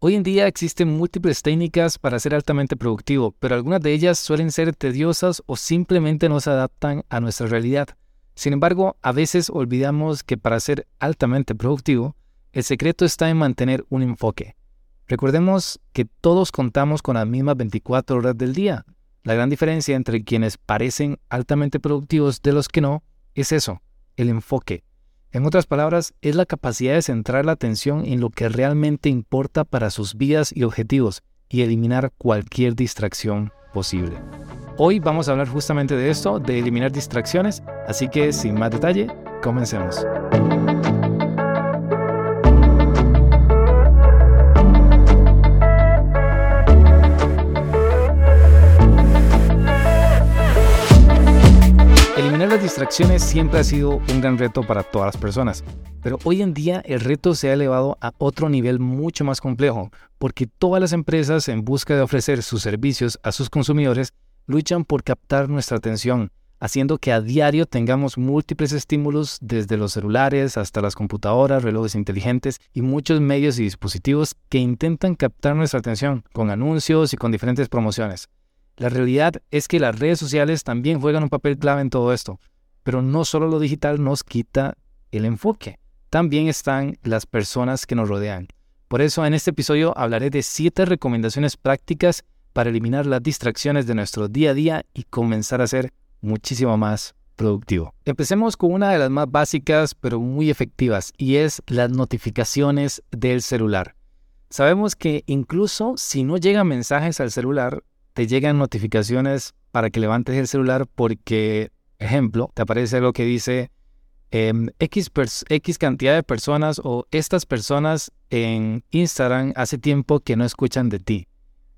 Hoy en día existen múltiples técnicas para ser altamente productivo, pero algunas de ellas suelen ser tediosas o simplemente no se adaptan a nuestra realidad. Sin embargo, a veces olvidamos que para ser altamente productivo, el secreto está en mantener un enfoque. Recordemos que todos contamos con las mismas 24 horas del día. La gran diferencia entre quienes parecen altamente productivos de los que no es eso, el enfoque. En otras palabras, es la capacidad de centrar la atención en lo que realmente importa para sus vidas y objetivos y eliminar cualquier distracción posible. Hoy vamos a hablar justamente de esto, de eliminar distracciones, así que sin más detalle, comencemos. Eliminar las distracciones siempre ha sido un gran reto para todas las personas, pero hoy en día el reto se ha elevado a otro nivel mucho más complejo, porque todas las empresas en busca de ofrecer sus servicios a sus consumidores luchan por captar nuestra atención, haciendo que a diario tengamos múltiples estímulos desde los celulares hasta las computadoras, relojes inteligentes y muchos medios y dispositivos que intentan captar nuestra atención con anuncios y con diferentes promociones. La realidad es que las redes sociales también juegan un papel clave en todo esto, pero no solo lo digital nos quita el enfoque, también están las personas que nos rodean. Por eso en este episodio hablaré de 7 recomendaciones prácticas para eliminar las distracciones de nuestro día a día y comenzar a ser muchísimo más productivo. Empecemos con una de las más básicas pero muy efectivas y es las notificaciones del celular. Sabemos que incluso si no llegan mensajes al celular, te llegan notificaciones para que levantes el celular porque, ejemplo, te aparece algo que dice X cantidad de personas o estas personas en Instagram hace tiempo que no escuchan de ti.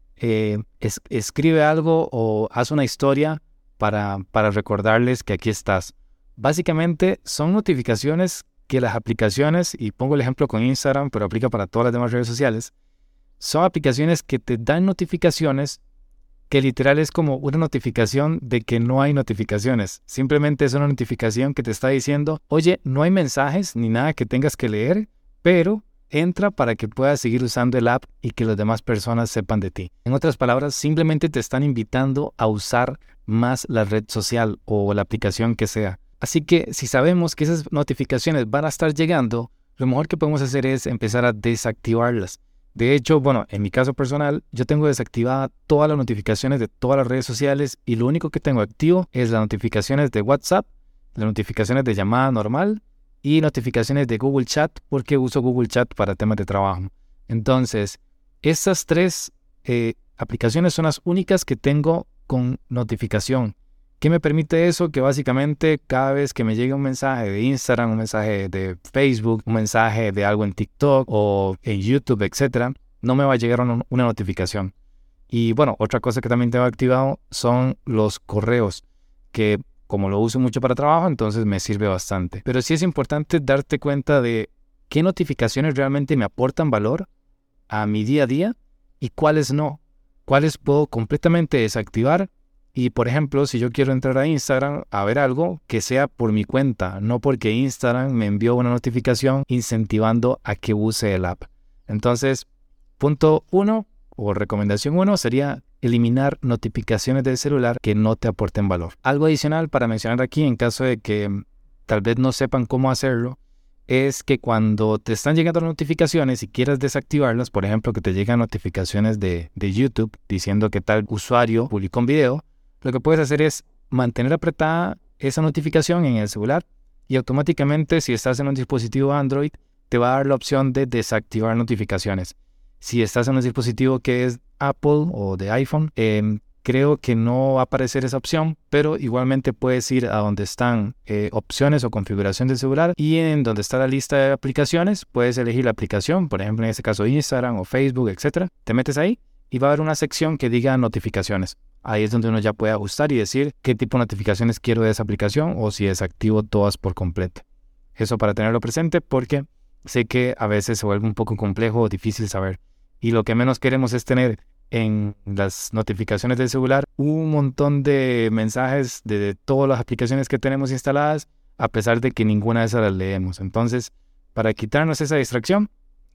Escribe algo o haz una historia para recordarles que aquí estás. Básicamente son notificaciones que las aplicaciones, y pongo el ejemplo con Instagram, pero aplica para todas las demás redes sociales, son aplicaciones que te dan notificaciones que literal es como una notificación de que no hay notificaciones. Simplemente es una notificación que te está diciendo, oye, no hay mensajes ni nada que tengas que leer, pero entra para que puedas seguir usando el app y que las demás personas sepan de ti. En otras palabras, simplemente te están invitando a usar más la red social o la aplicación que sea. Así que si sabemos que esas notificaciones van a estar llegando, lo mejor que podemos hacer es empezar a desactivarlas. De hecho, en mi caso personal, yo tengo desactivada todas las notificaciones de todas las redes sociales y lo único que tengo activo es las notificaciones de WhatsApp, las notificaciones de llamada normal y notificaciones de Google Chat porque uso Google Chat para temas de trabajo. Entonces, estas 3 aplicaciones son las únicas que tengo con notificación. ¿Qué me permite eso? Que básicamente cada vez que me llegue un mensaje de Instagram, un mensaje de Facebook, un mensaje de algo en TikTok o en YouTube, etc., no me va a llegar una notificación. Y otra cosa que también tengo activado son los correos, que como lo uso mucho para trabajo, entonces me sirve bastante. Pero sí es importante darte cuenta de qué notificaciones realmente me aportan valor a mi día a día y cuáles no. Cuáles puedo completamente desactivar. Y, por ejemplo, si yo quiero entrar a Instagram a ver algo, que sea por mi cuenta, no porque Instagram me envió una notificación incentivando a que use el app. Entonces, punto 1 o recomendación 1 sería eliminar notificaciones del celular que no te aporten valor. Algo adicional para mencionar aquí, en caso de que tal vez no sepan cómo hacerlo, es que cuando te están llegando las notificaciones y quieras desactivarlas, por ejemplo, que te llegan notificaciones de YouTube diciendo que tal usuario publicó un video, lo que puedes hacer es mantener apretada esa notificación en el celular y automáticamente, si estás en un dispositivo Android, te va a dar la opción de desactivar notificaciones. Si estás en un dispositivo que es Apple o de iPhone, creo que no va a aparecer esa opción, pero igualmente puedes ir a donde están opciones o configuración del celular y en donde está la lista de aplicaciones, puedes elegir la aplicación, por ejemplo en este caso Instagram o Facebook, etc. Te metes ahí y va a haber una sección que diga notificaciones. Ahí es donde uno ya puede ajustar y decir qué tipo de notificaciones quiero de esa aplicación o si desactivo todas por completo. Eso para tenerlo presente porque sé que a veces se vuelve un poco complejo o difícil saber. Y lo que menos queremos es tener en las notificaciones del celular un montón de mensajes de todas las aplicaciones que tenemos instaladas, a pesar de que ninguna de esas las leemos. Entonces, para quitarnos esa distracción,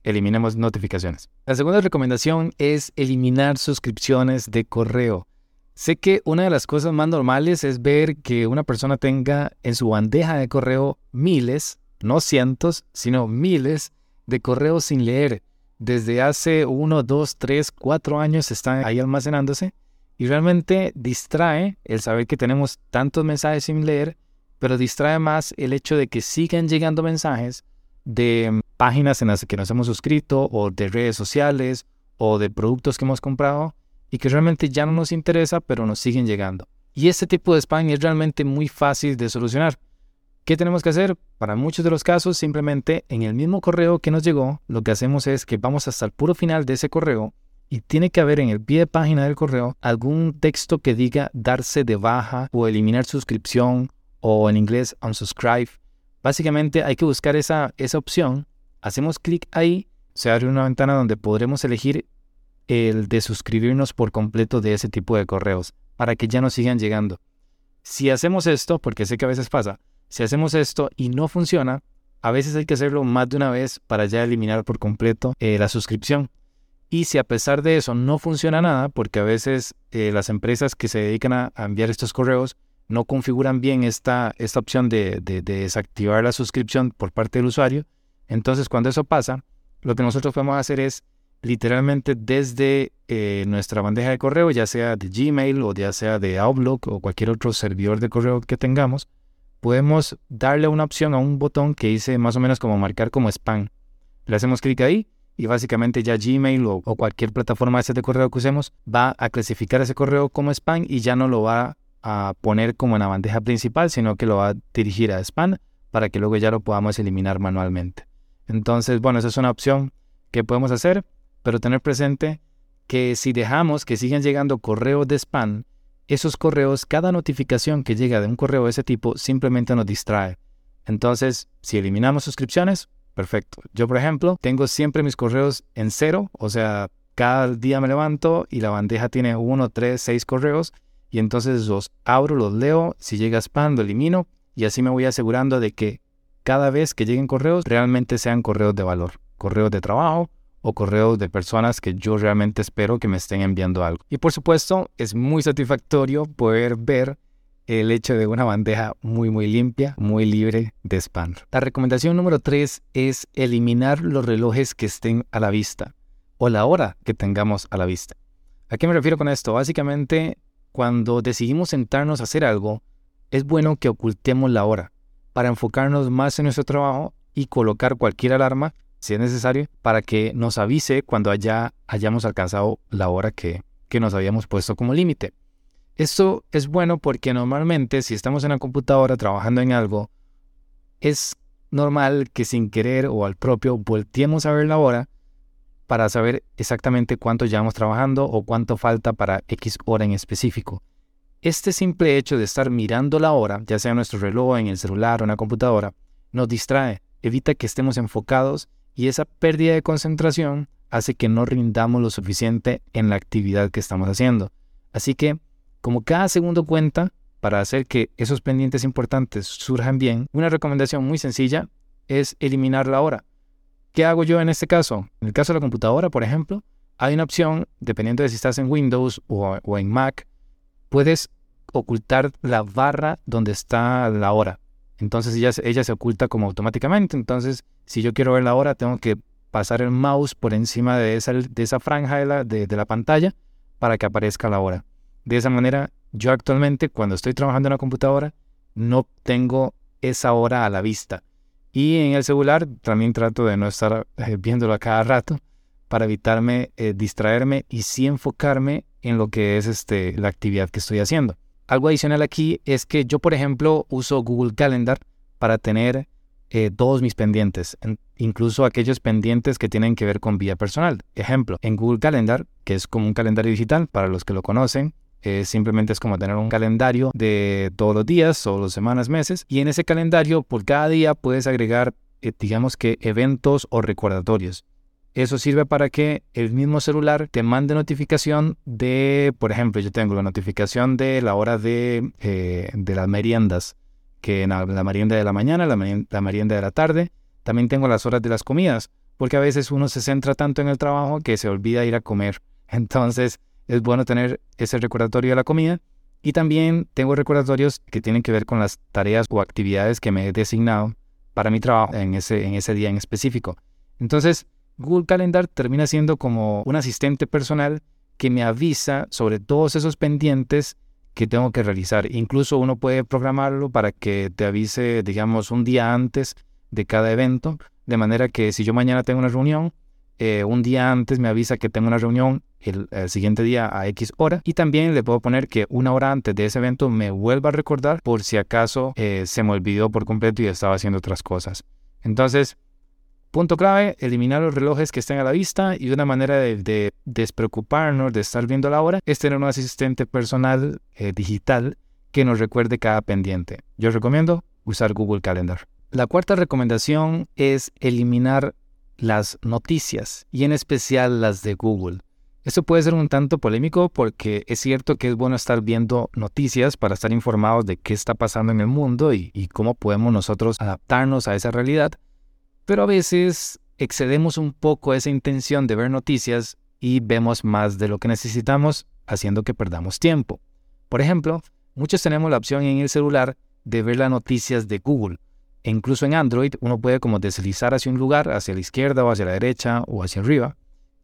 eliminemos notificaciones. La segunda recomendación es eliminar suscripciones de correo. Sé que una de las cosas más normales es ver que una persona tenga en su bandeja de correo miles, no cientos, sino miles de correos sin leer. Desde hace 1, 2, 3, 4 años están ahí almacenándose y realmente distrae el saber que tenemos tantos mensajes sin leer, pero distrae más el hecho de que sigan llegando mensajes de páginas en las que nos hemos suscrito o de redes sociales o de productos que hemos comprado y que realmente ya no nos interesa, pero nos siguen llegando. Y este tipo de spam es realmente muy fácil de solucionar. ¿Qué tenemos que hacer? Para muchos de los casos, simplemente en el mismo correo que nos llegó, lo que hacemos es que vamos hasta el puro final de ese correo y tiene que haber en el pie de página del correo algún texto que diga darse de baja o eliminar suscripción o en inglés unsubscribe. Básicamente hay que buscar esa opción, hacemos clic ahí, se abre una ventana donde podremos elegir el de suscribirnos por completo de ese tipo de correos para que ya nos sigan llegando. Si hacemos esto, porque sé que a veces pasa, si hacemos esto y no funciona, a veces hay que hacerlo más de una vez para ya eliminar por completo la suscripción. Y si a pesar de eso no funciona nada, porque a veces las empresas que se dedican a enviar estos correos no configuran bien esta opción de desactivar la suscripción por parte del usuario, entonces cuando eso pasa, lo que nosotros podemos hacer es literalmente desde nuestra bandeja de correo, ya sea de Gmail o ya sea de Outlook o cualquier otro servidor de correo que tengamos, podemos darle una opción a un botón que dice más o menos como marcar como spam. Le hacemos clic ahí y básicamente ya Gmail o cualquier plataforma de correo que usemos va a clasificar ese correo como spam y ya no lo va a poner como en la bandeja principal, sino que lo va a dirigir a spam para que luego ya lo podamos eliminar manualmente. Entonces, bueno, esa es una opción que podemos hacer, pero tener presente que si dejamos que sigan llegando correos de spam, esos correos, cada notificación que llega de un correo de ese tipo simplemente nos distrae. Entonces, si eliminamos suscripciones, perfecto. Yo, por ejemplo, tengo siempre mis correos en 0, o sea, cada día me levanto y la bandeja tiene 1, 3, 6 correos y entonces los abro, los leo, si llega spam lo elimino y así me voy asegurando de que cada vez que lleguen correos realmente sean correos de valor, correos de trabajo o correos de personas que yo realmente espero que me estén enviando algo. Y por supuesto, es muy satisfactorio poder ver el hecho de una bandeja muy limpia, muy libre de spam. La recomendación número 3 es eliminar los relojes que estén a la vista o la hora que tengamos a la vista. ¿A qué me refiero con esto? Básicamente, cuando decidimos sentarnos a hacer algo, es bueno que ocultemos la hora para enfocarnos más en nuestro trabajo y colocar cualquier alarma si es necesario, para que nos avise cuando ya hayamos alcanzado la hora que nos habíamos puesto como límite. Esto es bueno porque normalmente si estamos en la computadora trabajando en algo, es normal que sin querer o al propio volteemos a ver la hora para saber exactamente cuánto llevamos trabajando o cuánto falta para X hora en específico. Este simple hecho de estar mirando la hora, ya sea en nuestro reloj, en el celular o en la computadora, nos distrae, evita que estemos enfocados y esa pérdida de concentración hace que no rindamos lo suficiente en la actividad que estamos haciendo. Así que, como cada segundo cuenta, para hacer que esos pendientes importantes surjan bien, una recomendación muy sencilla es eliminar la hora. ¿Qué hago yo en este caso? En el caso de la computadora, por ejemplo, hay una opción, dependiendo de si estás en Windows o en Mac, puedes ocultar la barra donde está la hora. Entonces ella se oculta como automáticamente. Entonces, si yo quiero ver la hora, tengo que pasar el mouse por encima de esa franja de la pantalla para que aparezca la hora. De esa manera, yo actualmente, cuando estoy trabajando en la computadora, no tengo esa hora a la vista. Y en el celular también trato de no estar viéndolo a cada rato para evitarme distraerme y sí enfocarme en lo que es la actividad que estoy haciendo. Algo adicional aquí es que yo, por ejemplo, uso Google Calendar para tener todos mis pendientes, incluso aquellos pendientes que tienen que ver con vida personal. Ejemplo, en Google Calendar, que es como un calendario digital, para los que lo conocen, simplemente es como tener un calendario de todos los días, o las semanas, meses, y en ese calendario por cada día puedes agregar, digamos que eventos o recordatorios. Eso sirve para que el mismo celular te mande notificación de, por ejemplo, yo tengo la notificación de la hora de las meriendas, que la merienda de la mañana, la merienda de la tarde, también tengo las horas de las comidas, porque a veces uno se centra tanto en el trabajo que se olvida ir a comer. Entonces es bueno tener ese recordatorio de la comida. Y también tengo recordatorios que tienen que ver con las tareas o actividades que me he designado para mi trabajo en ese día en específico. Entonces, Google Calendar termina siendo como un asistente personal que me avisa sobre todos esos pendientes que tengo que realizar. Incluso uno puede programarlo para que te avise, digamos, un día antes de cada evento, de manera que si yo mañana tengo una reunión, un día antes me avisa que tengo una reunión el siguiente día a X hora, y también le puedo poner que una hora antes de ese evento me vuelva a recordar por si acaso se me olvidó por completo y estaba haciendo otras cosas. Entonces, punto clave, eliminar los relojes que estén a la vista, y una manera de despreocuparnos de estar viendo la hora es tener un asistente personal digital que nos recuerde cada pendiente. Yo recomiendo usar Google Calendar. La cuarta recomendación es eliminar las noticias, y en especial las de Google. Esto puede ser un tanto polémico porque es cierto que es bueno estar viendo noticias para estar informados de qué está pasando en el mundo y cómo podemos nosotros adaptarnos a esa realidad, pero a veces excedemos un poco esa intención de ver noticias y vemos más de lo que necesitamos, haciendo que perdamos tiempo. Por ejemplo, muchos tenemos la opción en el celular de ver las noticias de Google. E incluso en Android uno puede como deslizar hacia un lugar, hacia la izquierda o hacia la derecha o hacia arriba,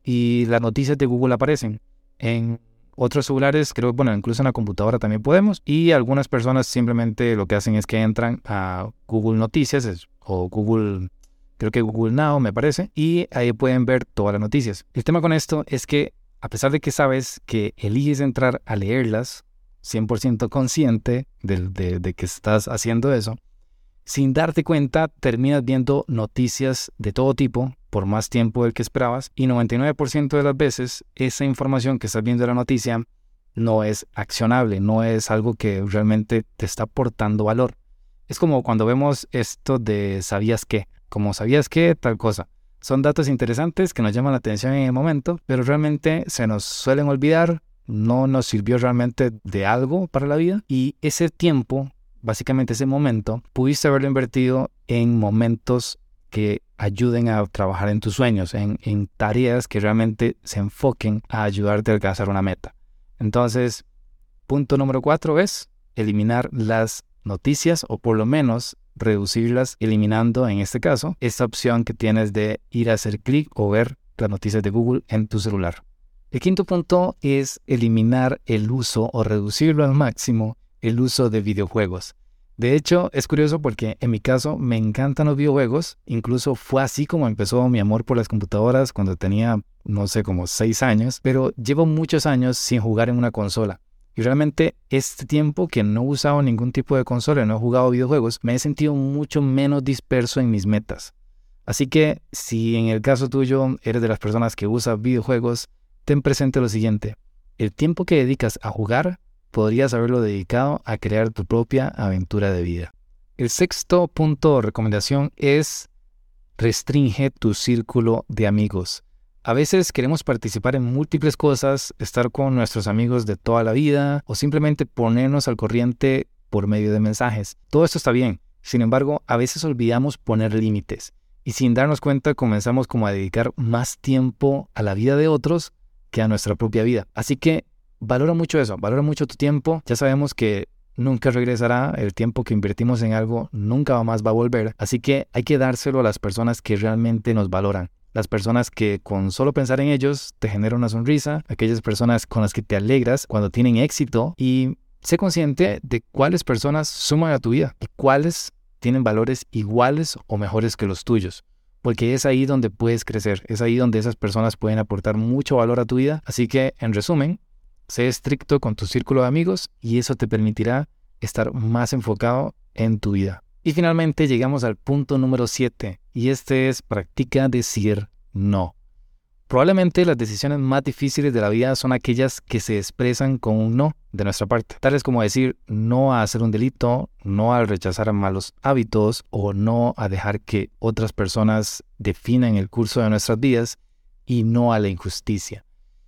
y las noticias de Google aparecen. En otros celulares, creo, incluso en la computadora también podemos, y algunas personas simplemente lo que hacen es que entran a Google Noticias o Google, creo que Google Now me parece, y ahí pueden ver todas las noticias. El tema con esto es que a pesar de que sabes que eliges entrar a leerlas, 100% consciente de que estás haciendo eso, sin darte cuenta terminas viendo noticias de todo tipo por más tiempo del que esperabas, y 99% de las veces esa información que estás viendo en la noticia no es accionable, no es algo que realmente te está aportando valor. Es como cuando vemos esto de ¿sabías qué? Como ¿sabías qué? Tal cosa. Son datos interesantes que nos llaman la atención en el momento, pero realmente se nos suelen olvidar, no nos sirvió realmente de algo para la vida, y ese tiempo, básicamente ese momento, pudiste haberlo invertido en momentos que ayuden a trabajar en tus sueños, en tareas que realmente se enfoquen a ayudarte a alcanzar una meta. Entonces, punto número 4 es eliminar las noticias, o por lo menos reducirlas, eliminando en este caso esta opción que tienes de ir a hacer clic o ver las noticias de Google en tu celular. El quinto punto es eliminar el uso o reducirlo al máximo el uso de videojuegos. De hecho, es curioso porque en mi caso me encantan los videojuegos. Incluso fue así como empezó mi amor por las computadoras cuando tenía, como 6 años. Pero llevo muchos años sin jugar en una consola. Y realmente este tiempo que no he usado ningún tipo de consola, no he jugado videojuegos, me he sentido mucho menos disperso en mis metas. Así que si en el caso tuyo eres de las personas que usa videojuegos, ten presente lo siguiente. El tiempo que dedicas a jugar podrías haberlo dedicado a crear tu propia aventura de vida. El sexto punto o recomendación es restringe tu círculo de amigos. A veces queremos participar en múltiples cosas, estar con nuestros amigos de toda la vida o simplemente ponernos al corriente por medio de mensajes. Todo esto está bien. Sin embargo, a veces olvidamos poner límites y sin darnos cuenta comenzamos como a dedicar más tiempo a la vida de otros que a nuestra propia vida. Así que valora mucho eso, valora mucho tu tiempo. Ya sabemos que nunca regresará, el tiempo que invertimos en algo nunca más va a volver, así que hay que dárselo a las personas que realmente nos valoran, las personas que con solo pensar en ellos te generan una sonrisa, aquellas personas con las que te alegras cuando tienen éxito, y sé consciente de cuáles personas suman a tu vida y cuáles tienen valores iguales o mejores que los tuyos. Porque es ahí donde puedes crecer, es ahí donde esas personas pueden aportar mucho valor a tu vida. Así que, en resumen, sé estricto con tu círculo de amigos y eso te permitirá estar más enfocado en tu vida. Y finalmente llegamos al punto número 7 y este es practica decir no. Probablemente las decisiones más difíciles de la vida son aquellas que se expresan con un no de nuestra parte, tales como decir no a hacer un delito, no a rechazar malos hábitos o no a dejar que otras personas definan el curso de nuestras vidas y no a la injusticia.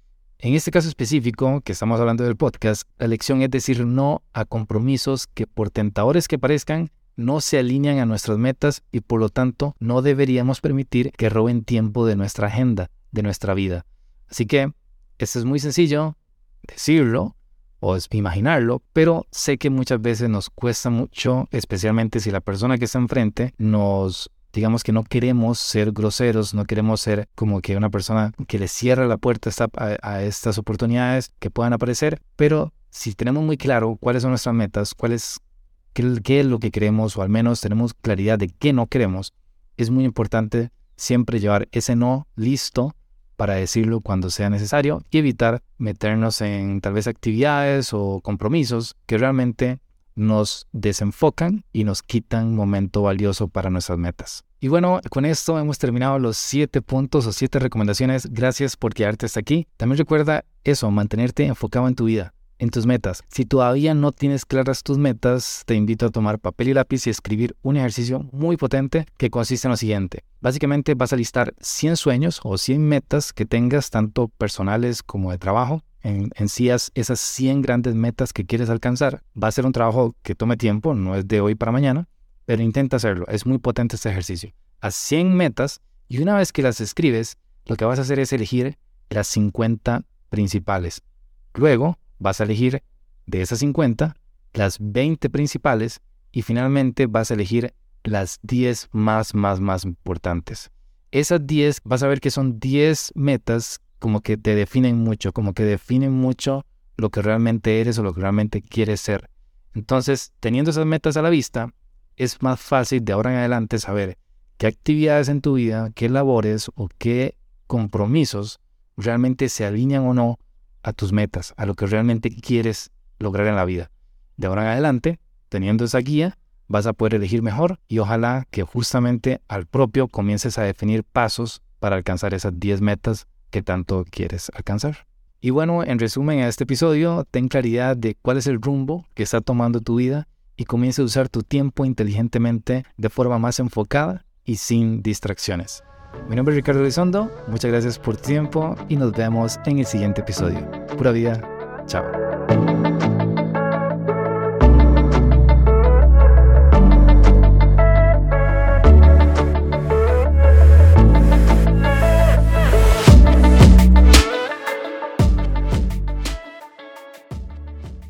En este caso específico que estamos hablando del podcast, la lección es decir no a compromisos que por tentadores que parezcan, no se alinean a nuestras metas y por lo tanto no deberíamos permitir que roben tiempo de nuestra agenda, de nuestra vida. Así que esto es muy sencillo decirlo o imaginarlo, pero sé que muchas veces nos cuesta mucho, especialmente si la persona que está enfrente digamos que no queremos ser groseros, no queremos ser como que una persona que le cierra la puerta a estas oportunidades que puedan aparecer, pero si tenemos muy claro cuáles son nuestras metas, qué es lo que queremos, o al menos tenemos claridad de qué no queremos, es muy importante siempre llevar ese no listo para decirlo cuando sea necesario y evitar meternos en tal vez actividades o compromisos que realmente nos desenfocan y nos quitan momento valioso para nuestras metas. Y bueno, con esto hemos terminado los 7 puntos o 7 recomendaciones. Gracias por quedarte hasta aquí. También recuerda eso, mantenerte enfocado en tu vida, en tus metas. Si todavía no tienes claras tus metas, te invito a tomar papel y lápiz y escribir un ejercicio muy potente que consiste en lo siguiente. Básicamente vas a listar 100 sueños o 100 metas que tengas, tanto personales como de trabajo. En sí esas 100 grandes metas que quieres alcanzar. Va a ser un trabajo que tome tiempo, no es de hoy para mañana, pero intenta hacerlo. Es muy potente este ejercicio. Haz 100 metas y una vez que las escribes, lo que vas a hacer es elegir las 50 principales. Luego vas a elegir de esas 50 las 20 principales y finalmente vas a elegir las 10 más importantes. Esas 10 vas a ver que son 10 metas como que te definen mucho, como que definen mucho lo que realmente eres o lo que realmente quieres ser. Entonces, teniendo esas metas a la vista, es más fácil de ahora en adelante saber qué actividades en tu vida, qué labores o qué compromisos realmente se alinean o no a tus metas, a lo que realmente quieres lograr en la vida. De ahora en adelante, teniendo esa guía, vas a poder elegir mejor y ojalá que justamente al propio comiences a definir pasos para alcanzar esas 10 metas que tanto quieres alcanzar. Y bueno, en resumen a este episodio, ten claridad de cuál es el rumbo que está tomando tu vida y comience a usar tu tiempo inteligentemente de forma más enfocada y sin distracciones. Mi nombre es Ricardo Elizondo, muchas gracias por tu tiempo y nos vemos en el siguiente episodio. Pura vida, chao.